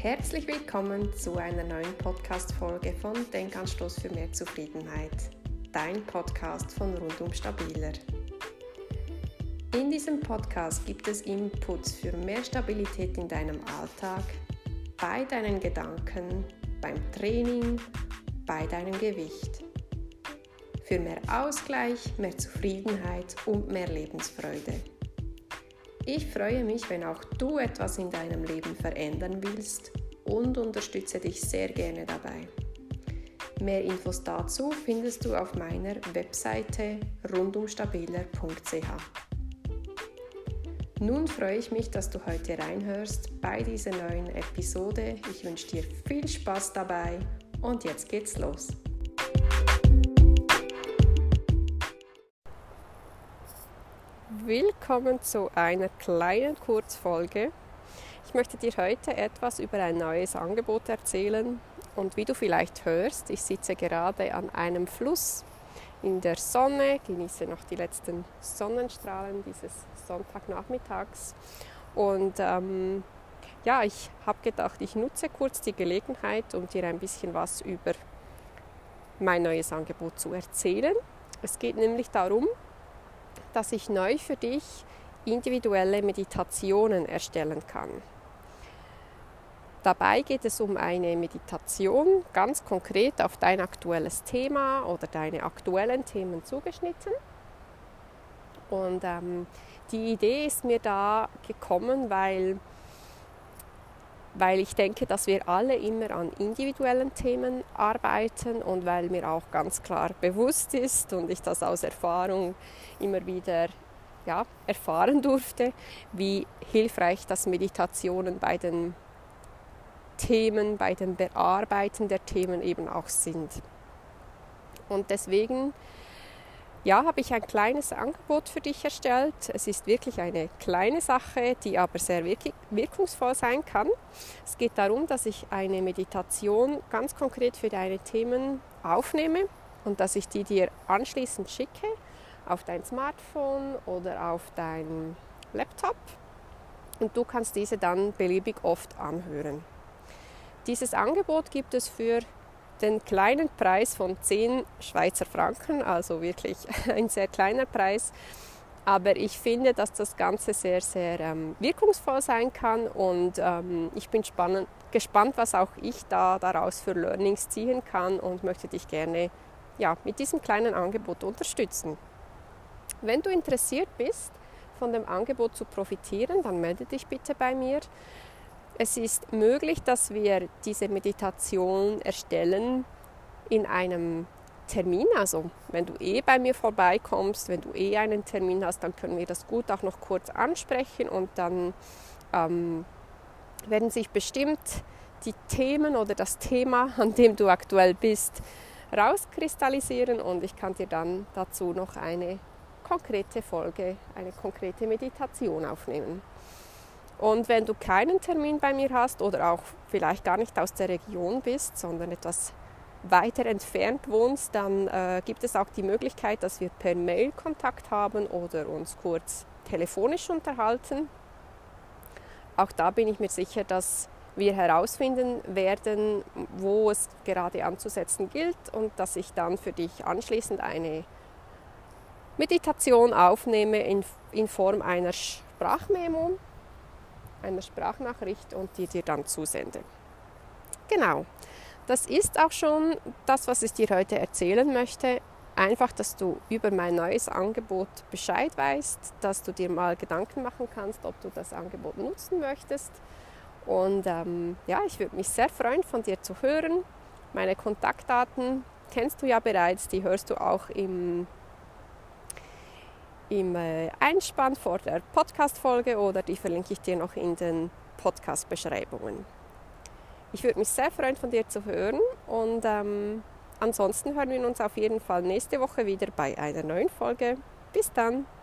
Herzlich willkommen zu einer neuen Podcast-Folge von Denkanstoß für mehr Zufriedenheit, dein Podcast von Rundum Stabiler. In diesem Podcast gibt es Inputs für mehr Stabilität in deinem Alltag, bei deinen Gedanken, beim Training, bei deinem Gewicht. Für mehr Ausgleich, mehr Zufriedenheit und mehr Lebensfreude. Ich freue mich, wenn auch du etwas in deinem Leben verändern willst und unterstütze dich sehr gerne dabei. Mehr Infos dazu findest du auf meiner Webseite rundumstabiler.ch. Nun freue ich mich, dass du heute reinhörst bei dieser neuen Episode. Ich wünsche dir viel Spaß dabei und jetzt geht's los. Willkommen zu einer kleinen Kurzfolge. Ich möchte dir heute etwas über ein neues Angebot erzählen und wie du vielleicht hörst, ich sitze gerade an einem Fluss in der Sonne, genieße noch die letzten Sonnenstrahlen dieses Sonntagnachmittags und ich habe gedacht, ich nutze kurz die Gelegenheit, um dir ein bisschen was über mein neues Angebot zu erzählen. Es geht nämlich darum, dass ich neu für dich individuelle Meditationen erstellen kann. Dabei geht es um eine Meditation, ganz konkret auf dein aktuelles Thema oder deine aktuellen Themen zugeschnitten. Und die Idee ist mir da gekommen, weil ich denke, dass wir alle immer an individuellen Themen arbeiten und weil mir auch ganz klar bewusst ist und ich das aus Erfahrung immer wieder erfahren durfte, wie hilfreich das Meditationen bei den Themen, bei dem Bearbeiten der Themen eben auch sind. Und deswegen habe ich ein kleines Angebot für dich erstellt. Es ist wirklich eine kleine Sache, die aber sehr wirkungsvoll sein kann. Es geht darum, dass ich eine Meditation ganz konkret für deine Themen aufnehme und dass ich die dir anschließend schicke auf dein Smartphone oder auf dein Laptop und du kannst diese dann beliebig oft anhören. Dieses Angebot gibt es für den kleinen Preis von 10 Schweizer Franken, also wirklich ein sehr kleiner Preis. Aber ich finde, dass das Ganze sehr, sehr wirkungsvoll sein kann und ich bin gespannt, was auch ich daraus für Learnings ziehen kann und möchte dich gerne mit diesem kleinen Angebot unterstützen. Wenn du interessiert bist, von dem Angebot zu profitieren, dann melde dich bitte bei mir. Es ist möglich, dass wir diese Meditation erstellen in einem Termin. Also wenn du bei mir vorbeikommst, wenn du einen Termin hast, dann können wir das gut auch noch kurz ansprechen und dann werden sich bestimmt die Themen oder das Thema, an dem du aktuell bist, rauskristallisieren und ich kann dir dann dazu noch eine konkrete Folge, eine konkrete Meditation aufnehmen. Und wenn du keinen Termin bei mir hast oder auch vielleicht gar nicht aus der Region bist, sondern etwas weiter entfernt wohnst, dann gibt es auch die Möglichkeit, dass wir per Mail Kontakt haben oder uns kurz telefonisch unterhalten. Auch da bin ich mir sicher, dass wir herausfinden werden, wo es gerade anzusetzen gilt und dass ich dann für dich anschließend eine Meditation aufnehme in Form einer Sprachmemo, einer Sprachnachricht und die dir dann zusende. Genau, das ist auch schon das, was ich dir heute erzählen möchte. Einfach, dass du über mein neues Angebot Bescheid weißt, dass du dir mal Gedanken machen kannst, ob du das Angebot nutzen möchtest. Und ich würde mich sehr freuen, von dir zu hören. Meine Kontaktdaten kennst du ja bereits, die hörst du auch im Einspann vor der Podcast-Folge oder die verlinke ich dir noch in den Podcast-Beschreibungen. Ich würde mich sehr freuen, von dir zu hören und ansonsten hören wir uns auf jeden Fall nächste Woche wieder bei einer neuen Folge. Bis dann!